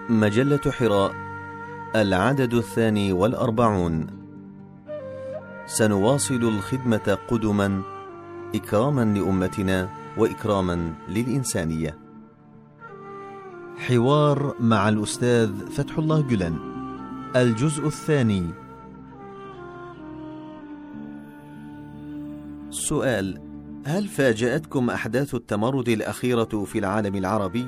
مجلة حراء، العدد 42. سنواصل الخدمة قدما إكراما لأمتنا وإكراما للإنسانية. حوار مع الأستاذ فتح الله جلن، الجزء الثاني. سؤال: هل فاجأتكم أحداث التمرد الأخيرة في العالم العربي؟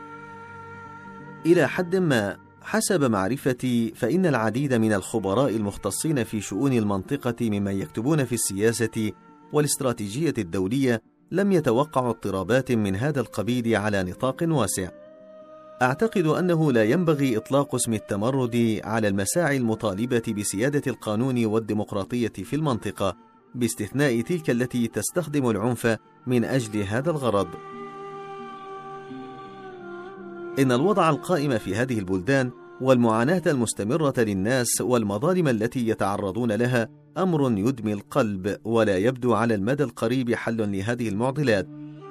إلى حد ما، حسب معرفتي، فإن العديد من الخبراء المختصين في شؤون المنطقة ممن يكتبون في السياسة والاستراتيجية الدولية لم يتوقعوا اضطرابات من هذا القبيل على نطاق واسع. أعتقد أنه لا ينبغي إطلاق اسم التمرد على المساعي المطالبة بسيادة القانون والديمقراطية في المنطقة، باستثناء تلك التي تستخدم العنف من أجل هذا الغرض. إن الوضع القائم في هذه البلدان والمعاناة المستمرة للناس والمظالم التي يتعرضون لها أمر يدمي القلب، ولا يبدو على المدى القريب حل لهذه المعضلات.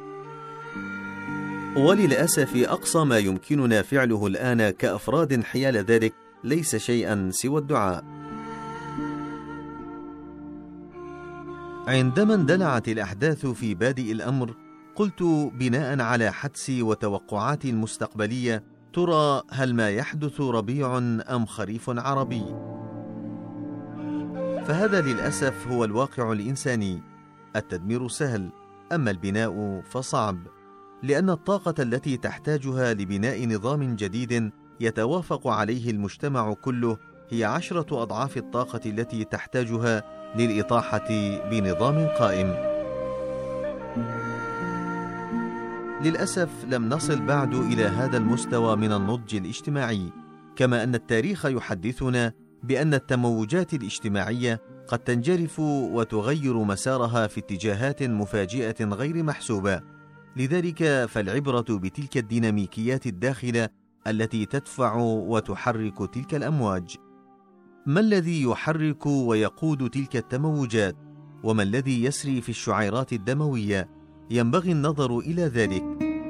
وللأسف أقصى ما يمكننا فعله الآن كأفراد حيال ذلك ليس شيئا سوى الدعاء. عندما اندلعت الأحداث في بادئ الأمر، قلت بناء على حدسي وتوقعاتي المستقبلية: ترى هل ما يحدث ربيع أم خريف عربي؟ فهذا للأسف هو الواقع الإنساني. التدمير سهل، أما البناء فصعب، لأن الطاقة التي تحتاجها لبناء نظام جديد يتوافق عليه المجتمع كله هي 10 أضعاف الطاقة التي تحتاجها للإطاحة بنظام قائم. للأسف لم نصل بعد إلى هذا المستوى من النضج الاجتماعي، كما أن التاريخ يحدثنا بأن التموجات الاجتماعية قد تنجرف وتغير مسارها في اتجاهات مفاجئة غير محسوبة. لذلك فالعبرة بتلك الديناميكيات الداخلة التي تدفع وتحرك تلك الأمواج. ما الذي يحرك ويقود تلك التموجات؟ وما الذي يسري في الشعيرات الدموية؟ ينبغي النظر إلى ذلك.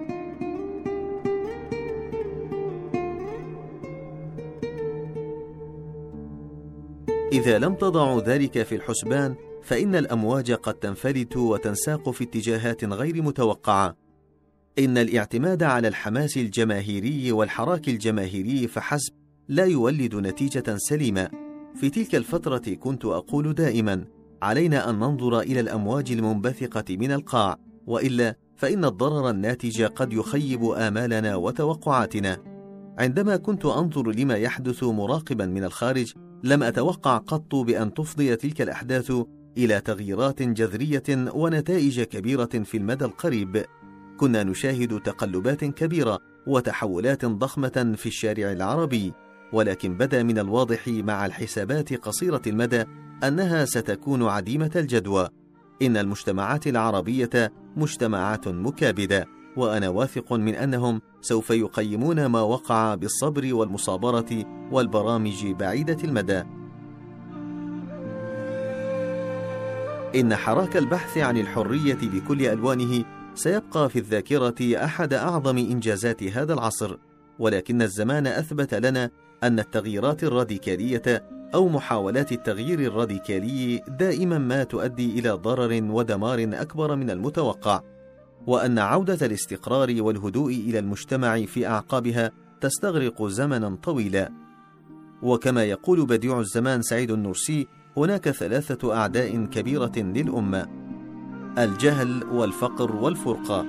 إذا لم تضعوا ذلك في الحسبان، فإن الأمواج قد تنفلت وتنساق في اتجاهات غير متوقعة. إن الاعتماد على الحماس الجماهيري والحراك الجماهيري فحسب لا يولد نتيجة سليمة. في تلك الفترة كنت أقول دائما: علينا أن ننظر إلى الأمواج المنبثقة من القاع، وإلا فإن الضرر الناتج قد يخيب آمالنا وتوقعاتنا. عندما كنت أنظر لما يحدث مراقبا من الخارج، لم أتوقع قط بأن تفضي تلك الأحداث إلى تغييرات جذرية ونتائج كبيرة في المدى القريب. كنا نشاهد تقلبات كبيرة وتحولات ضخمة في الشارع العربي، ولكن بدا من الواضح مع الحسابات قصيرة المدى أنها ستكون عديمة الجدوى. إن المجتمعات العربية مجتمعات مكابدة، وأنا واثق من أنهم سوف يقيمون ما وقع بالصبر والمصابرة والبرامج بعيدة المدى. إن حراك البحث عن الحرية بكل ألوانه سيبقى في الذاكرة أحد أعظم إنجازات هذا العصر، ولكن الزمان أثبت لنا أن التغييرات الراديكالية أو محاولات التغيير الراديكالي دائما ما تؤدي إلى ضرر ودمار أكبر من المتوقع، وأن عودة الاستقرار والهدوء إلى المجتمع في أعقابها تستغرق زمنا طويلا. وكما يقول بديع الزمان سعيد النورسي: هناك 3 أعداء كبيرة للأمة: الجهل والفقر والفرقة.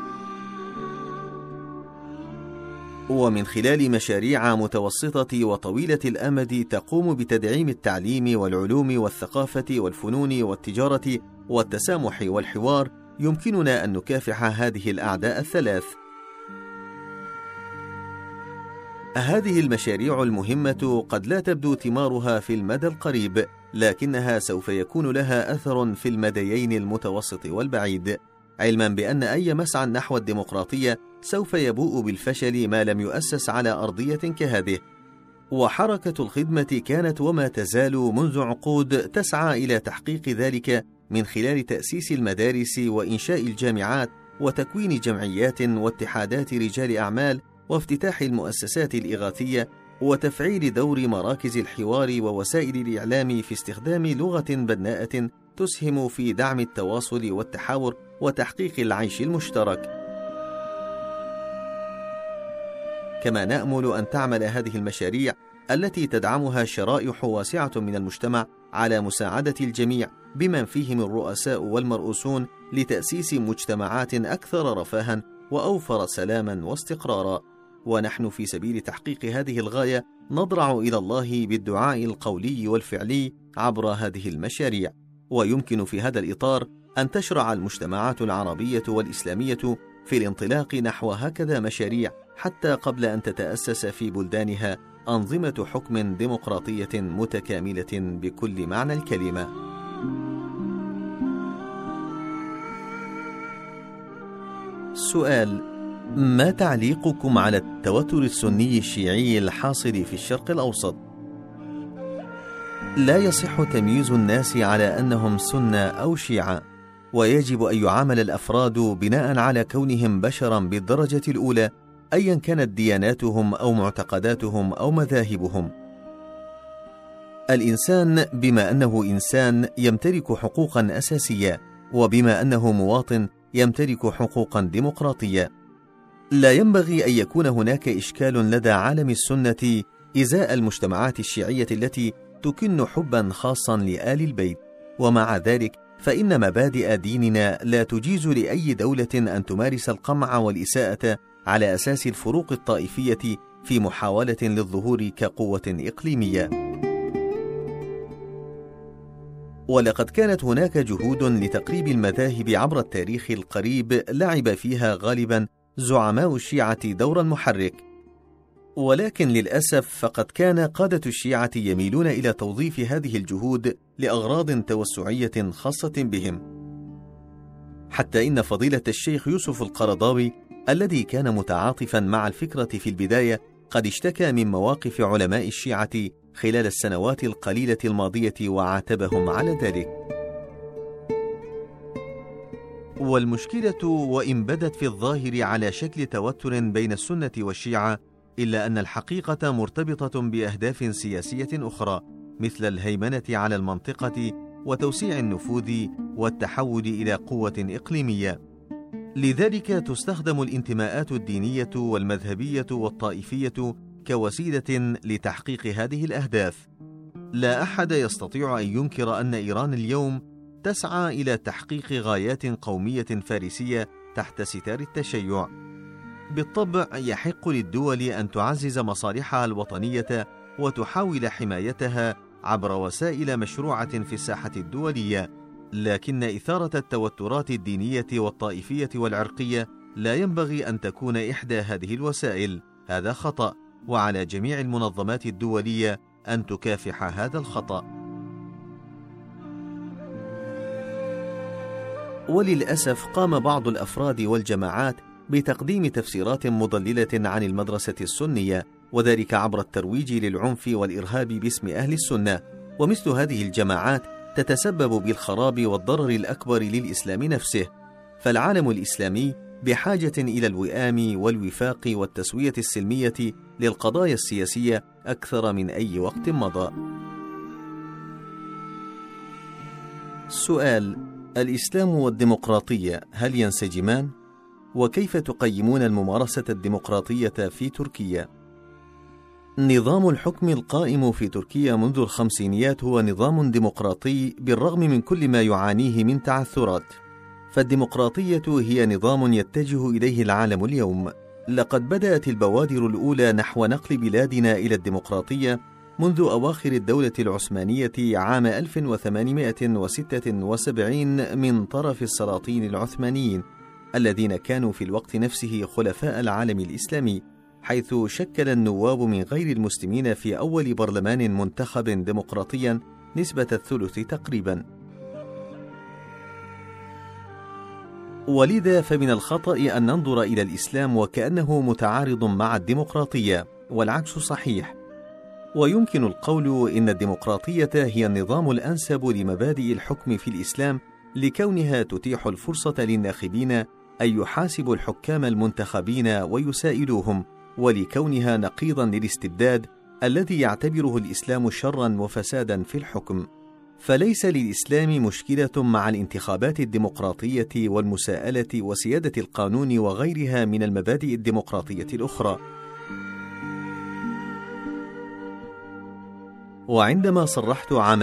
ومن خلال مشاريع متوسطة وطويلة الأمد تقوم بتدعيم التعليم والعلوم والثقافة والفنون والتجارة والتسامح والحوار، يمكننا أن نكافح هذه الأعداء ال3. هذه المشاريع المهمة قد لا تبدو ثمارها في المدى القريب، لكنها سوف يكون لها أثر في المديين المتوسط والبعيد، علما بأن أي مسعى نحو الديمقراطية سوف يبوء بالفشل ما لم يؤسس على أرضية كهذه. وحركة الخدمة كانت وما تزال منذ عقود تسعى إلى تحقيق ذلك من خلال تأسيس المدارس وإنشاء الجامعات وتكوين جمعيات واتحادات رجال أعمال وافتتاح المؤسسات الإغاثية، وتفعيل دور مراكز الحوار ووسائل الإعلام في استخدام لغة بناءة تسهم في دعم التواصل والتحاور وتحقيق العيش المشترك. كما نأمل أن تعمل هذه المشاريع التي تدعمها شرائح واسعة من المجتمع على مساعدة الجميع بمن فيهم الرؤساء والمرؤوسون لتأسيس مجتمعات أكثر رفاها وأوفر سلاما واستقرارا. ونحن في سبيل تحقيق هذه الغاية نضرع إلى الله بالدعاء القولي والفعلي عبر هذه المشاريع. ويمكن في هذا الإطار أن تشرع المجتمعات العربية والإسلامية في الانطلاق نحو هكذا مشاريع حتى قبل أن تتأسس في بلدانها أنظمة حكم ديمقراطية متكاملة بكل معنى الكلمة. سؤال: ما تعليقكم على التوتر السني الشيعي الحاصل في الشرق الأوسط؟ لا يصح تمييز الناس على أنهم سنة أو شيعة، ويجب أن يعامل الأفراد بناء على كونهم بشرا بالدرجة الأولى أيا كانت دياناتهم أو معتقداتهم أو مذاهبهم. الإنسان بما أنه إنسان يمتلك حقوقا أساسية، وبما أنه مواطن يمتلك حقوقا ديمقراطية. لا ينبغي أن يكون هناك إشكال لدى عالم السنة إزاء المجتمعات الشيعية التي تكن حبا خاصا لآل البيت، ومع ذلك فإن مبادئ ديننا لا تجيز لأي دولة أن تمارس القمع والإساءة على أساس الفروق الطائفية في محاولة للظهور كقوة إقليمية. ولقد كانت هناك جهود لتقريب المذاهب عبر التاريخ القريب لعب فيها غالبا زعماء الشيعة دورا محرك، ولكن للأسف فقد كان قادة الشيعة يميلون إلى توظيف هذه الجهود لأغراض توسعية خاصة بهم، حتى إن فضيلة الشيخ يوسف القرضاوي الذي كان متعاطفا مع الفكرة في البداية قد اشتكى من مواقف علماء الشيعة خلال السنوات القليلة الماضية وعاتبهم على ذلك. والمشكلة وإن بدت في الظاهر على شكل توتر بين السنة والشيعة، إلا أن الحقيقة مرتبطة بأهداف سياسية أخرى مثل الهيمنة على المنطقة وتوسيع النفوذ والتحول إلى قوة إقليمية. لذلك تستخدم الانتماءات الدينية والمذهبية والطائفية كوسيلة لتحقيق هذه الأهداف. لا أحد يستطيع أن ينكر أن إيران اليوم تسعى إلى تحقيق غايات قومية فارسية تحت ستار التشيع. بالطبع يحق للدول أن تعزز مصالحها الوطنية وتحاول حمايتها عبر وسائل مشروعة في الساحة الدولية، لكن إثارة التوترات الدينية والطائفية والعرقية لا ينبغي أن تكون إحدى هذه الوسائل. هذا خطأ، وعلى جميع المنظمات الدولية أن تكافح هذا الخطأ. وللأسف قام بعض الأفراد والجماعات بتقديم تفسيرات مضللة عن المدرسة السنية، وذلك عبر الترويج للعنف والإرهاب باسم أهل السنة. ومثل هذه الجماعات تتسبب بالخراب والضرر الأكبر للإسلام نفسه، فالعالم الإسلامي بحاجة إلى الوئام والوفاق والتسوية السلمية للقضايا السياسية أكثر من أي وقت مضى. سؤال: الإسلام والديمقراطية هل ينسجمان؟ وكيف تقيمون الممارسة الديمقراطية في تركيا؟ نظام الحكم القائم في تركيا منذ الخمسينيات هو نظام ديمقراطي بالرغم من كل ما يعانيه من تعثرات، فالديمقراطية هي نظام يتجه إليه العالم اليوم. لقد بدأت البوادر الأولى نحو نقل بلادنا إلى الديمقراطية منذ أواخر الدولة العثمانية عام 1876 من طرف السلاطين العثمانيين الذين كانوا في الوقت نفسه خلفاء العالم الإسلامي، حيث شكل النواب من غير المسلمين في أول برلمان منتخب ديمقراطيا نسبة الثلث تقريبا. ولذا فمن الخطأ أن ننظر إلى الإسلام وكأنه متعارض مع الديمقراطية، والعكس صحيح. ويمكن القول إن الديمقراطية هي النظام الأنسب لمبادئ الحكم في الإسلام، لكونها تتيح الفرصة للناخبين أن يحاسبوا الحكام المنتخبين ويسائلوهم، ولكونها نقيضا للاستبداد الذي يعتبره الإسلام شرا وفسادا في الحكم. فليس للإسلام مشكلة مع الانتخابات الديمقراطية والمساءلة وسيادة القانون وغيرها من المبادئ الديمقراطية الأخرى. وعندما صرحت عام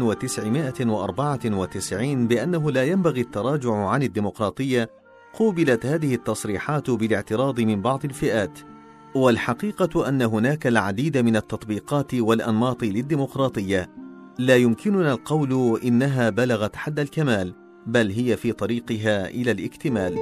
1994 بأنه لا ينبغي التراجع عن الديمقراطية، قوبلت هذه التصريحات بالاعتراض من بعض الفئات. والحقيقة أن هناك العديد من التطبيقات والأنماط للديمقراطية، لا يمكننا القول إنها بلغت حد الكمال، بل هي في طريقها إلى الاكتمال.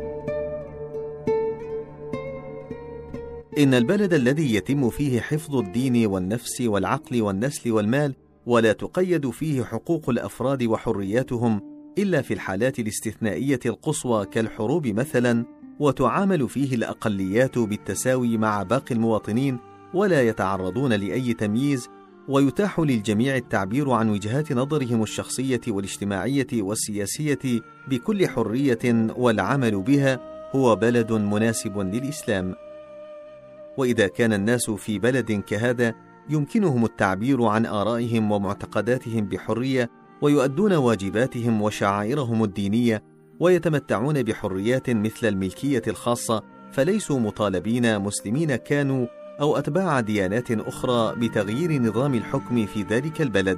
إن البلد الذي يتم فيه حفظ الدين والنفس والعقل والنسل والمال، ولا تقيد فيه حقوق الأفراد وحرياتهم إلا في الحالات الاستثنائية القصوى كالحروب مثلا، وتعامل فيه الأقليات بالتساوي مع باقي المواطنين ولا يتعرضون لأي تمييز، ويتاح للجميع التعبير عن وجهات نظرهم الشخصية والاجتماعية والسياسية بكل حرية والعمل بها، هو بلد مناسب للإسلام. وإذا كان الناس في بلد كهذا يمكنهم التعبير عن آرائهم ومعتقداتهم بحرية، ويؤدون واجباتهم وشعائرهم الدينية، ويتمتعون بحريات مثل الملكية الخاصة، فليسوا مطالبين مسلمين كانوا أو أتباع ديانات أخرى بتغيير نظام الحكم في ذلك البلد.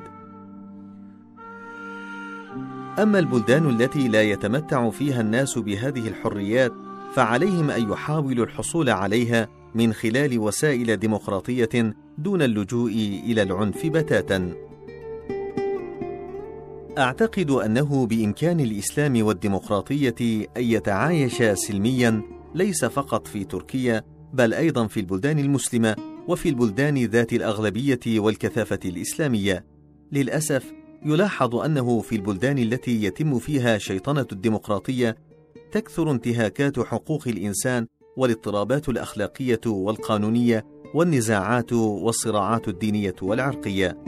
أما البلدان التي لا يتمتع فيها الناس بهذه الحريات، فعليهم أن يحاولوا الحصول عليها من خلال وسائل ديمقراطية دون اللجوء إلى العنف بتاتا. أعتقد أنه بإمكان الإسلام والديمقراطية أن يتعايشا سلميا، ليس فقط في تركيا بل أيضا في البلدان المسلمة وفي البلدان ذات الأغلبية والكثافة الإسلامية. للأسف يلاحظ أنه في البلدان التي يتم فيها شيطنة الديمقراطية تكثر انتهاكات حقوق الإنسان والاضطرابات الأخلاقية والقانونية والنزاعات والصراعات الدينية والعرقية.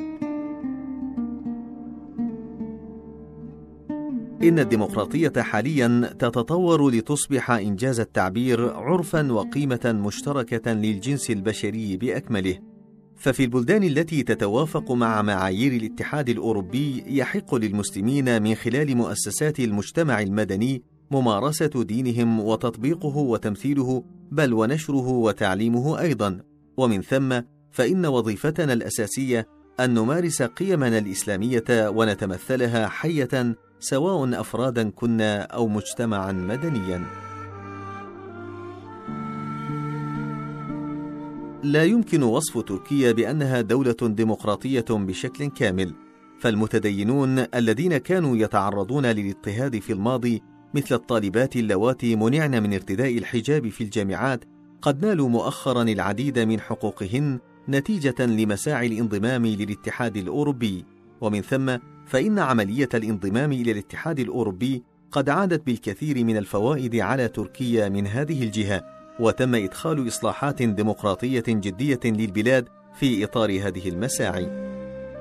إن الديمقراطية حاليا تتطور لتصبح إنجاز التعبير عرفا وقيمة مشتركة للجنس البشري بأكمله. ففي البلدان التي تتوافق مع معايير الاتحاد الأوروبي، يحق للمسلمين من خلال مؤسسات المجتمع المدني ممارسة دينهم وتطبيقه وتمثيله، بل ونشره وتعليمه أيضا. ومن ثم فإن وظيفتنا الأساسية أن نمارس قيمنا الإسلامية ونتمثلها حية، سواء أفرادا كنا أو مجتمعا مدنيا. لا يمكن وصف تركيا بأنها دولة ديمقراطية بشكل كامل، فالمتدينون الذين كانوا يتعرضون للاضطهاد في الماضي، مثل الطالبات اللواتي منعن من ارتداء الحجاب في الجامعات، قد نالوا مؤخرا العديد من حقوقهن نتيجة لمساعي الانضمام للاتحاد الأوروبي. ومن ثم فإن عملية الانضمام إلى الاتحاد الأوروبي قد عادت بالكثير من الفوائد على تركيا من هذه الجهة، وتم إدخال إصلاحات ديمقراطية جدية للبلاد في إطار هذه المساعي.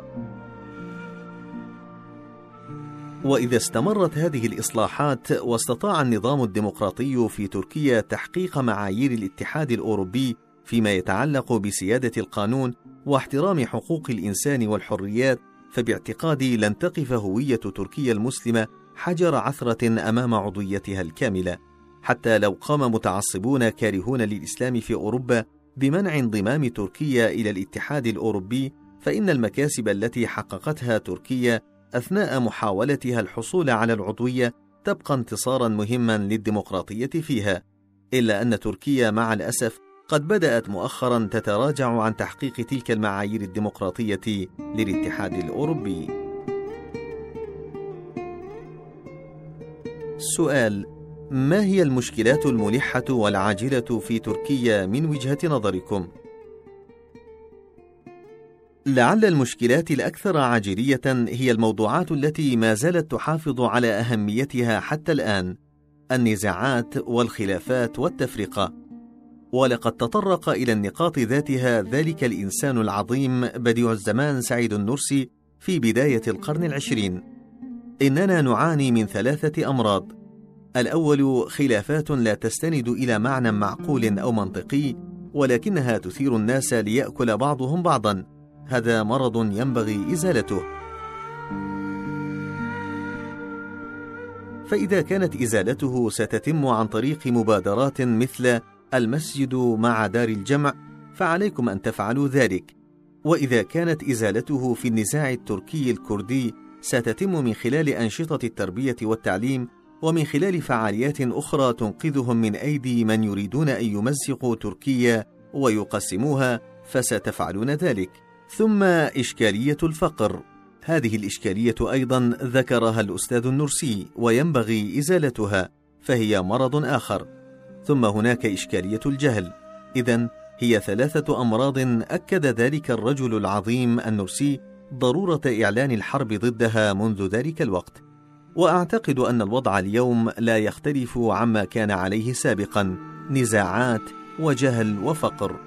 وإذا استمرت هذه الإصلاحات واستطاع النظام الديمقراطي في تركيا تحقيق معايير الاتحاد الأوروبي فيما يتعلق بسيادة القانون واحترام حقوق الإنسان والحريات، فباعتقادي لن تقف هوية تركيا المسلمة حجر عثرة أمام عضويتها الكاملة. حتى لو قام متعصبون كارهون للإسلام في أوروبا بمنع انضمام تركيا إلى الاتحاد الأوروبي، فإن المكاسب التي حققتها تركيا أثناء محاولتها الحصول على العضوية تبقى انتصارا مهما للديمقراطية فيها. إلا أن تركيا مع الأسف قد بدأت مؤخرا تتراجع عن تحقيق تلك المعايير الديمقراطية للاتحاد الأوروبي. سؤال: ما هي المشكلات الملحة والعاجلة في تركيا من وجهة نظركم؟ لعل المشكلات الأكثر عاجلية هي الموضوعات التي ما زالت تحافظ على أهميتها حتى الآن: النزاعات والخلافات والتفرقة. ولقد تطرق إلى النقاط ذاتها ذلك الإنسان العظيم بديع الزمان سعيد النورسي في بداية القرن العشرين. إننا نعاني من 3 أمراض: الأول خلافات لا تستند إلى معنى معقول أو منطقي، ولكنها تثير الناس ليأكل بعضهم بعضا. هذا مرض ينبغي إزالته. فإذا كانت إزالته ستتم عن طريق مبادرات مثل المسجد مع دار الجمع، فعليكم أن تفعلوا ذلك. وإذا كانت إزالته في النزاع التركي الكردي ستتم من خلال أنشطة التربية والتعليم، ومن خلال فعاليات أخرى تنقذهم من أيدي من يريدون أن يمزقوا تركيا ويقسموها، فستفعلون ذلك. ثم إشكالية الفقر، هذه الإشكالية أيضا ذكرها الأستاذ النرسي وينبغي إزالتها، فهي مرض آخر. ثم هناك إشكالية الجهل. إذن هي 3 أمراض أكد ذلك الرجل العظيم النرسي ضرورة إعلان الحرب ضدها منذ ذلك الوقت. وأعتقد أن الوضع اليوم لا يختلف عما كان عليه سابقا: نزاعات وجهل وفقر.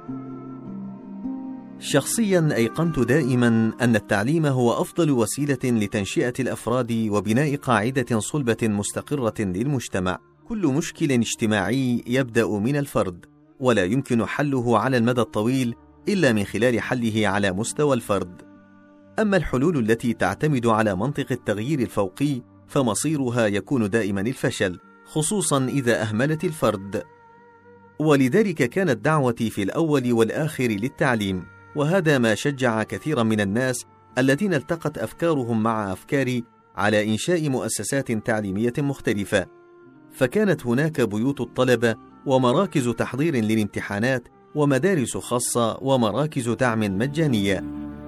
شخصيا أيقنت دائما أن التعليم هو أفضل وسيلة لتنشئة الأفراد وبناء قاعدة صلبة مستقرة للمجتمع. كل مشكل اجتماعي يبدأ من الفرد، ولا يمكن حله على المدى الطويل إلا من خلال حله على مستوى الفرد. أما الحلول التي تعتمد على منطق التغيير الفوقي فمصيرها يكون دائما الفشل، خصوصا إذا أهملت الفرد. ولذلك كانت دعوتي في الأول والآخر للتعليم، وهذا ما شجع كثيرا من الناس الذين التقت أفكارهم مع أفكاري على إنشاء مؤسسات تعليمية مختلفة. فكانت هناك بيوت الطلبة ومراكز تحضير للامتحانات ومدارس خاصة ومراكز دعم مجانية.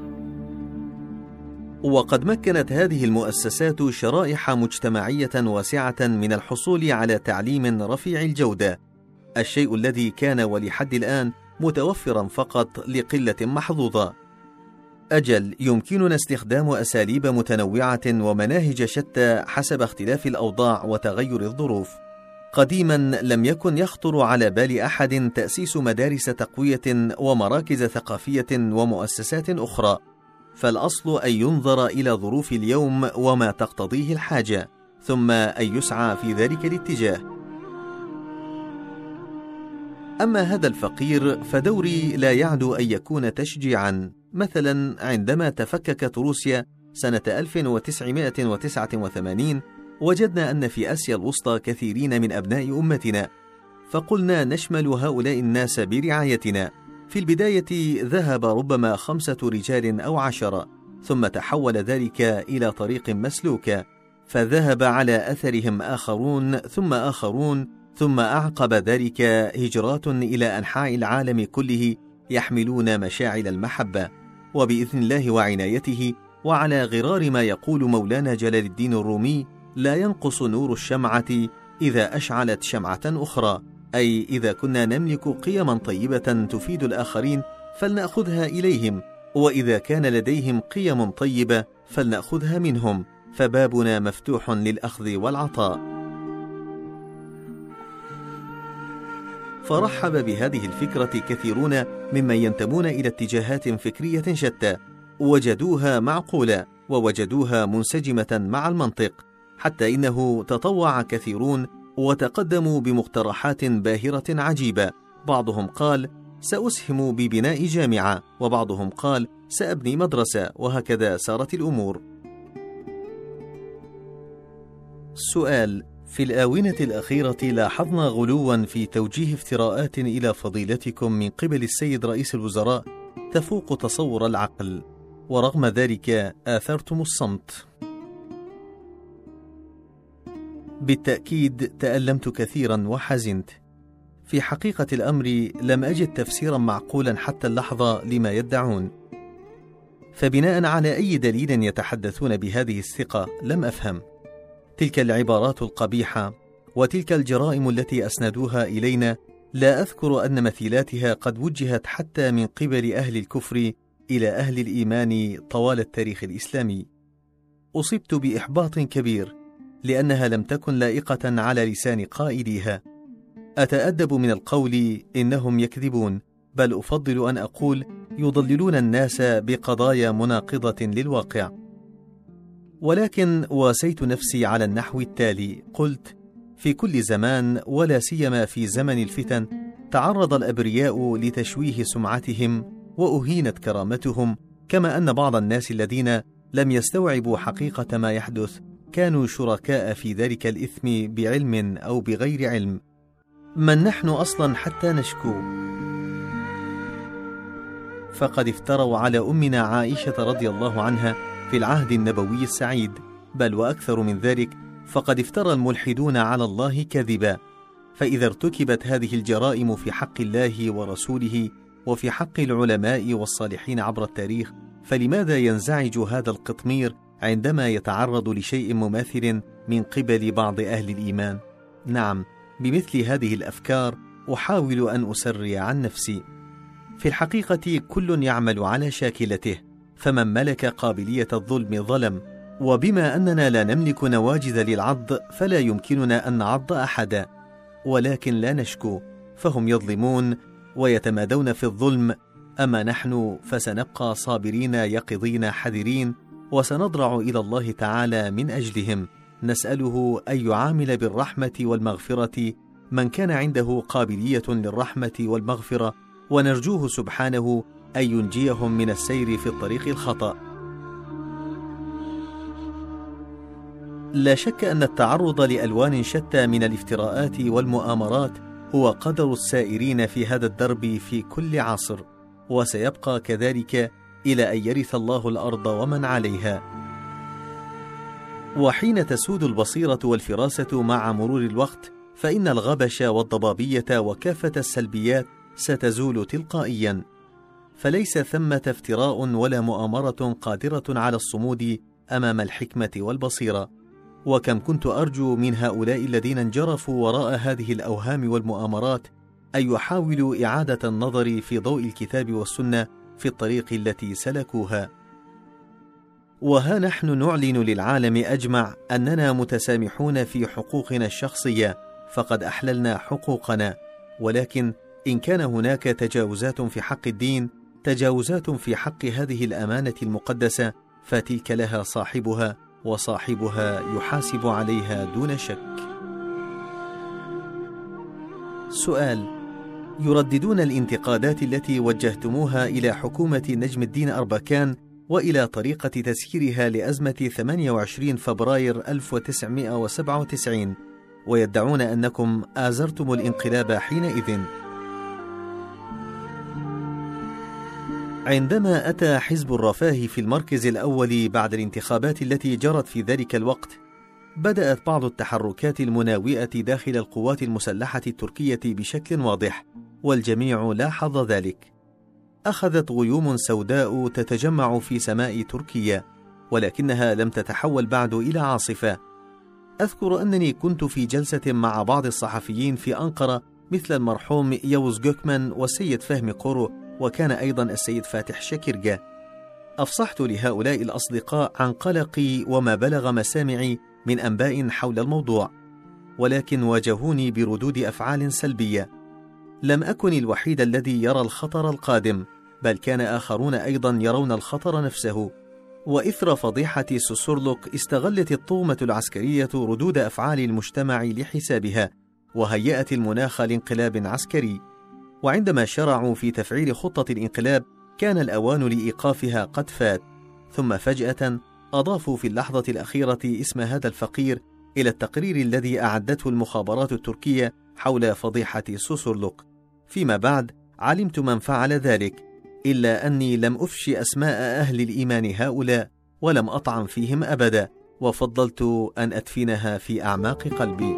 وقد مكنت هذه المؤسسات شرائح مجتمعية واسعة من الحصول على تعليم رفيع الجودة، الشيء الذي كان ولحد الآن متوفرا فقط لقلة محظوظة. أجل، يمكننا استخدام أساليب متنوعة ومناهج شتى حسب اختلاف الأوضاع وتغير الظروف. قديما لم يكن يخطر على بال أحد تأسيس مدارس تقوية ومراكز ثقافية ومؤسسات أخرى، فالأصل أن ينظر إلى ظروف اليوم وما تقتضيه الحاجة، ثم أن يسعى في ذلك الاتجاه. أما هذا الفقير فدوري لا يعدو أن يكون تشجيعا. مثلا عندما تفككت روسيا سنة 1989 وجدنا أن في آسيا الوسطى كثيرين من أبناء أمتنا، فقلنا نشمل هؤلاء الناس برعايتنا. في البداية ذهب ربما 5 رجال أو 10، ثم تحول ذلك إلى طريق مسلوكة، فذهب على أثرهم آخرون ثم آخرون، ثم أعقب ذلك هجرات إلى أنحاء العالم كله يحملون مشاعل المحبة. وبإذن الله وعنايته وعلى غرار ما يقول مولانا جلال الدين الرومي: لا ينقص نور الشمعة إذا أشعلت شمعة أخرى، أي إذا كنا نملك قيما طيبة تفيد الآخرين فلنأخذها إليهم، وإذا كان لديهم قيم طيبة فلنأخذها منهم، فبابنا مفتوح للأخذ والعطاء. فرحب بهذه الفكرة كثيرون ممن ينتمون إلى اتجاهات فكرية شتى، وجدوها معقولة ووجدوها منسجمة مع المنطق، حتى إنه تطوع كثيرون وتقدموا بمقترحات باهرة عجيبة. بعضهم قال: سأسهم ببناء جامعة، وبعضهم قال: سأبني مدرسة، وهكذا سارت الأمور. السؤال: في الآونة الأخيرة لاحظنا غلوا في توجيه افتراءات إلى فضيلتكم من قبل السيد رئيس الوزراء تفوق تصور العقل، ورغم ذلك آثرتم الصمت. بالتأكيد تألمت كثيرا وحزنت. في حقيقة الأمر لم أجد تفسيرا معقولا حتى اللحظة لما يدعون، فبناء على أي دليل يتحدثون بهذه الثقة لم أفهم. تلك العبارات القبيحة وتلك الجرائم التي أسندوها إلينا لا أذكر أن مثيلاتها قد وجهت حتى من قبل أهل الكفر إلى أهل الإيمان طوال التاريخ الإسلامي. أصبت بإحباط كبير لأنها لم تكن لائقة على لسان قائليها. أتأدب من القول إنهم يكذبون، بل أفضل أن أقول يضللون الناس بقضايا مناقضة للواقع. ولكن واسيت نفسي على النحو التالي: قلت: في كل زمان ولا سيما في زمن الفتن تعرض الأبرياء لتشويه سمعتهم وأهينت كرامتهم، كما أن بعض الناس الذين لم يستوعبوا حقيقة ما يحدث كانوا شركاء في ذلك الإثم بعلم أو بغير علم. من نحن أصلا حتى نشكو؟ فقد افتروا على أمنا عائشة رضي الله عنها في العهد النبوي السعيد، بل وأكثر من ذلك، فقد افترى الملحدون على الله كذبا. فإذا ارتكبت هذه الجرائم في حق الله ورسوله وفي حق العلماء والصالحين عبر التاريخ، فلماذا ينزعج هذا القطمير عندما يتعرض لشيء مماثل من قبل بعض أهل الإيمان؟ نعم، بمثل هذه الأفكار أحاول أن أسري عن نفسي. في الحقيقة كل يعمل على شاكلته، فمن ملك قابلية الظلم ظلم، وبما أننا لا نملك نواجذ للعض فلا يمكننا أن نعض أحدا، ولكن لا نشكو، فهم يظلمون ويتمادون في الظلم، أما نحن فسنبقى صابرين يقظين حذرين، وسنضرع إلى الله تعالى من أجلهم، نسأله أن يعامل بالرحمة والمغفرة من كان عنده قابلية للرحمة والمغفرة، ونرجوه سبحانه أن ينجيهم من السير في الطريق الخطأ. لا شك أن التعرض لألوان شتى من الافتراءات والمؤامرات هو قدر السائرين في هذا الدرب في كل عصر، وسيبقى كذلك إلى أن يرث الله الأرض ومن عليها. وحين تسود البصيرة والفراسة مع مرور الوقت، فإن الغبش والضبابية وكافة السلبيات ستزول تلقائيا، فليس ثمة افتراء ولا مؤامرة قادرة على الصمود أمام الحكمة والبصيرة. وكم كنت أرجو من هؤلاء الذين انجرفوا وراء هذه الأوهام والمؤامرات أن يحاولوا إعادة النظر في ضوء الكتاب والسنة في الطريق التي سلكوها. وها نحن نعلن للعالم أجمع أننا متسامحون في حقوقنا الشخصية، فقد أحللنا حقوقنا، ولكن إن كان هناك تجاوزات في حق الدين، تجاوزات في حق هذه الأمانة المقدسة، فتلك لها صاحبها، وصاحبها يحاسب عليها دون شك. سؤال: يرددون الانتقادات التي وجهتموها إلى حكومة نجم الدين أربكان وإلى طريقة تسييرها لأزمة 28 فبراير 1997، ويدعون أنكم آزرتم الانقلاب حينئذ. عندما أتى حزب الرفاه في المركز الأول بعد الانتخابات التي جرت في ذلك الوقت، بدأت بعض التحركات المناوئة داخل القوات المسلحة التركية بشكل واضح، والجميع لاحظ ذلك. أخذت غيوم سوداء تتجمع في سماء تركيا، ولكنها لم تتحول بعد إلى عاصفة. أذكر أنني كنت في جلسة مع بعض الصحفيين في أنقرة، مثل المرحوم يوز جوكمان والسيد فهمي قورو، وكان أيضا السيد فاتح شكرجة. أفصحت لهؤلاء الأصدقاء عن قلقي وما بلغ مسامعي من أنباء حول الموضوع، ولكن واجهوني بردود أفعال سلبية. لم أكن الوحيد الذي يرى الخطر القادم، بل كان آخرون أيضا يرون الخطر نفسه. وإثر فضيحة سوسورلوك استغلت الطغمة العسكرية ردود أفعال المجتمع لحسابها، وهيأت المناخ لانقلاب عسكري. وعندما شرعوا في تفعيل خطة الانقلاب، كان الأوان لإيقافها قد فات، ثم فجأة أضافوا في اللحظة الأخيرة اسم هذا الفقير إلى التقرير الذي أعدته المخابرات التركية حول فضيحة سوسورلوك. فيما بعد علمت من فعل ذلك، إلا أني لم أفشي أسماء أهل الإيمان هؤلاء، ولم أطعن فيهم أبدا، وفضلت أن أدفنها في أعماق قلبي.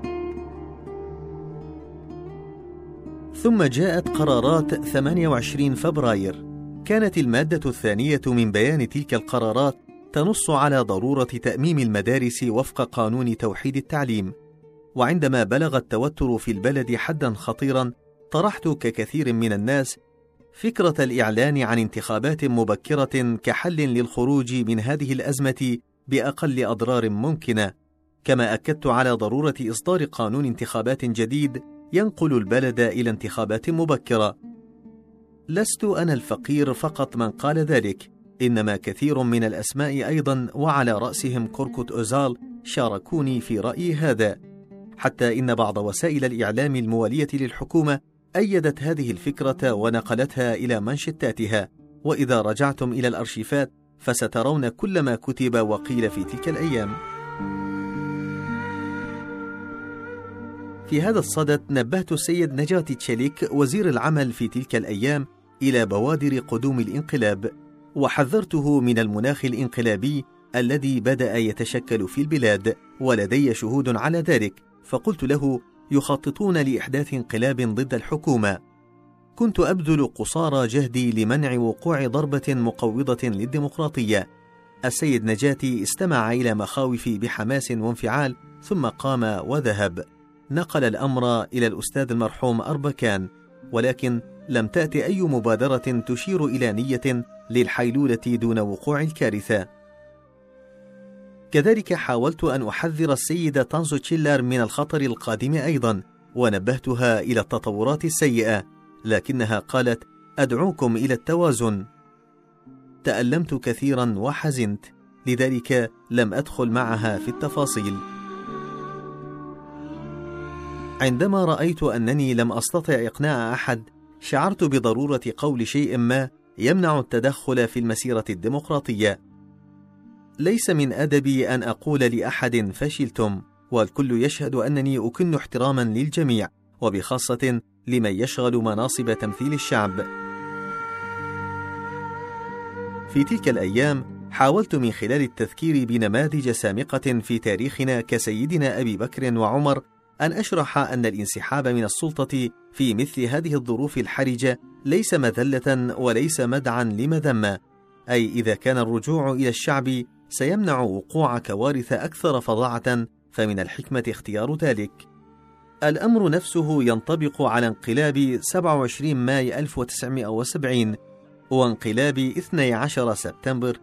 ثم جاءت قرارات 28 فبراير. كانت المادة الثانية من بيان تلك القرارات تنص على ضرورة تأميم المدارس وفق قانون توحيد التعليم. وعندما بلغ التوتر في البلد حدا خطيرا، طرحت ككثير من الناس فكرة الإعلان عن انتخابات مبكرة كحل للخروج من هذه الأزمة بأقل أضرار ممكنة، كما أكدت على ضرورة إصدار قانون انتخابات جديد ينقل البلد إلى انتخابات مبكرة. لست أنا الفقير فقط من قال ذلك، إنما كثير من الأسماء أيضا، وعلى رأسهم كوركوت أوزال، شاركوني في رأي هذا، حتى إن بعض وسائل الإعلام الموالية للحكومة أيدت هذه الفكرة ونقلتها إلى منشطاتها، وإذا رجعتم إلى الأرشيفات فسترون كل ما كتب وقيل في تلك الأيام. في هذا الصدد نبهت السيد نجاة تشيليك وزير العمل في تلك الأيام إلى بوادر قدوم الانقلاب، وحذرته من المناخ الانقلابي الذي بدأ يتشكل في البلاد، ولدي شهود على ذلك. فقلت له: يخططون لإحداث انقلاب ضد الحكومة. كنت أبذل قصارى جهدي لمنع وقوع ضربة مقوضة للديمقراطية. السيد نجاتي استمع إلى مخاوفي بحماس وانفعال، ثم قام وذهب. نقل الأمر إلى الأستاذ المرحوم أربكان، ولكن لم تأتي أي مبادرة تشير إلى نية للحيلولة دون وقوع الكارثة. كذلك حاولت أن أحذر السيدة تانزو تشيلر من الخطر القادم أيضا، ونبهتها إلى التطورات السيئة، لكنها قالت: أدعوكم إلى التوازن. تألمت كثيرا وحزنت، لذلك لم أدخل معها في التفاصيل. عندما رأيت أنني لم أستطع إقناع أحد، شعرت بضرورة قول شيء ما يمنع التدخل في المسيرة الديمقراطية. ليس من أدبي أن أقول لأحد فشلتم، والكل يشهد أنني أكن احتراما للجميع، وبخاصة لمن يشغل مناصب تمثيل الشعب. في تلك الأيام حاولت من خلال التذكير بنماذج سامقة في تاريخنا كسيدنا أبي بكر وعمر أن أشرح أن الانسحاب من السلطة في مثل هذه الظروف الحرجة ليس مذلة وليس مدعا لمذمة، أي إذا كان الرجوع إلى الشعب سيمنع وقوع كوارث أكثر فظاعة فمن الحكمة اختيار ذلك. الأمر نفسه ينطبق على انقلاب 27 ماي 1970 وانقلاب 12 سبتمبر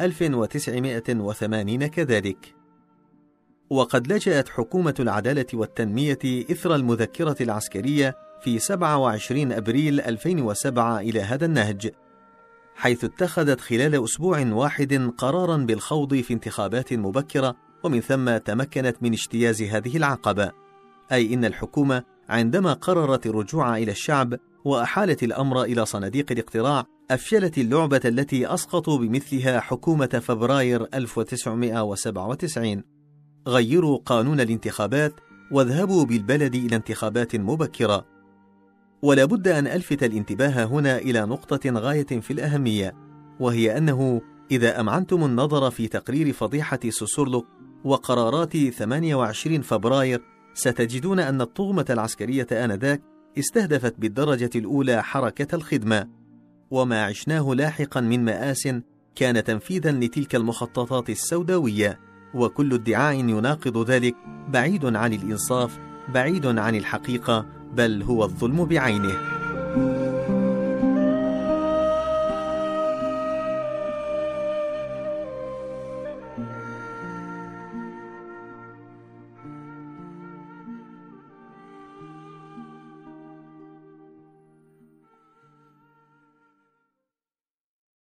1980 كذلك. وقد لجأت حكومة العدالة والتنمية إثر المذكرة العسكرية في 27 أبريل 2007 إلى هذا النهج، حيث اتخذت خلال أسبوع واحد قراراً بالخوض في انتخابات مبكرة، ومن ثم تمكنت من اجتياز هذه العقبة. أي إن الحكومة عندما قررت الرجوع إلى الشعب وأحالت الأمر إلى صناديق الاقتراع، أفشلت اللعبة التي أسقطوا بمثلها حكومة فبراير 1997. غيروا قانون الانتخابات واذهبوا بالبلد إلى انتخابات مبكرة. ولا بد أن ألفت الانتباه هنا إلى نقطة غاية في الأهمية، وهي أنه إذا أمعنتم النظر في تقرير فضيحة سوسورلوك وقرارات 28 فبراير ستجدون أن الطغمة العسكرية آنذاك استهدفت بالدرجة الأولى حركة الخدمة، وما عشناه لاحقا من مآس كان تنفيذا لتلك المخططات السوداوية، وكل ادعاء يناقض ذلك بعيد عن الإنصاف، بعيد عن الحقيقة، بل هو الظلم بعينه.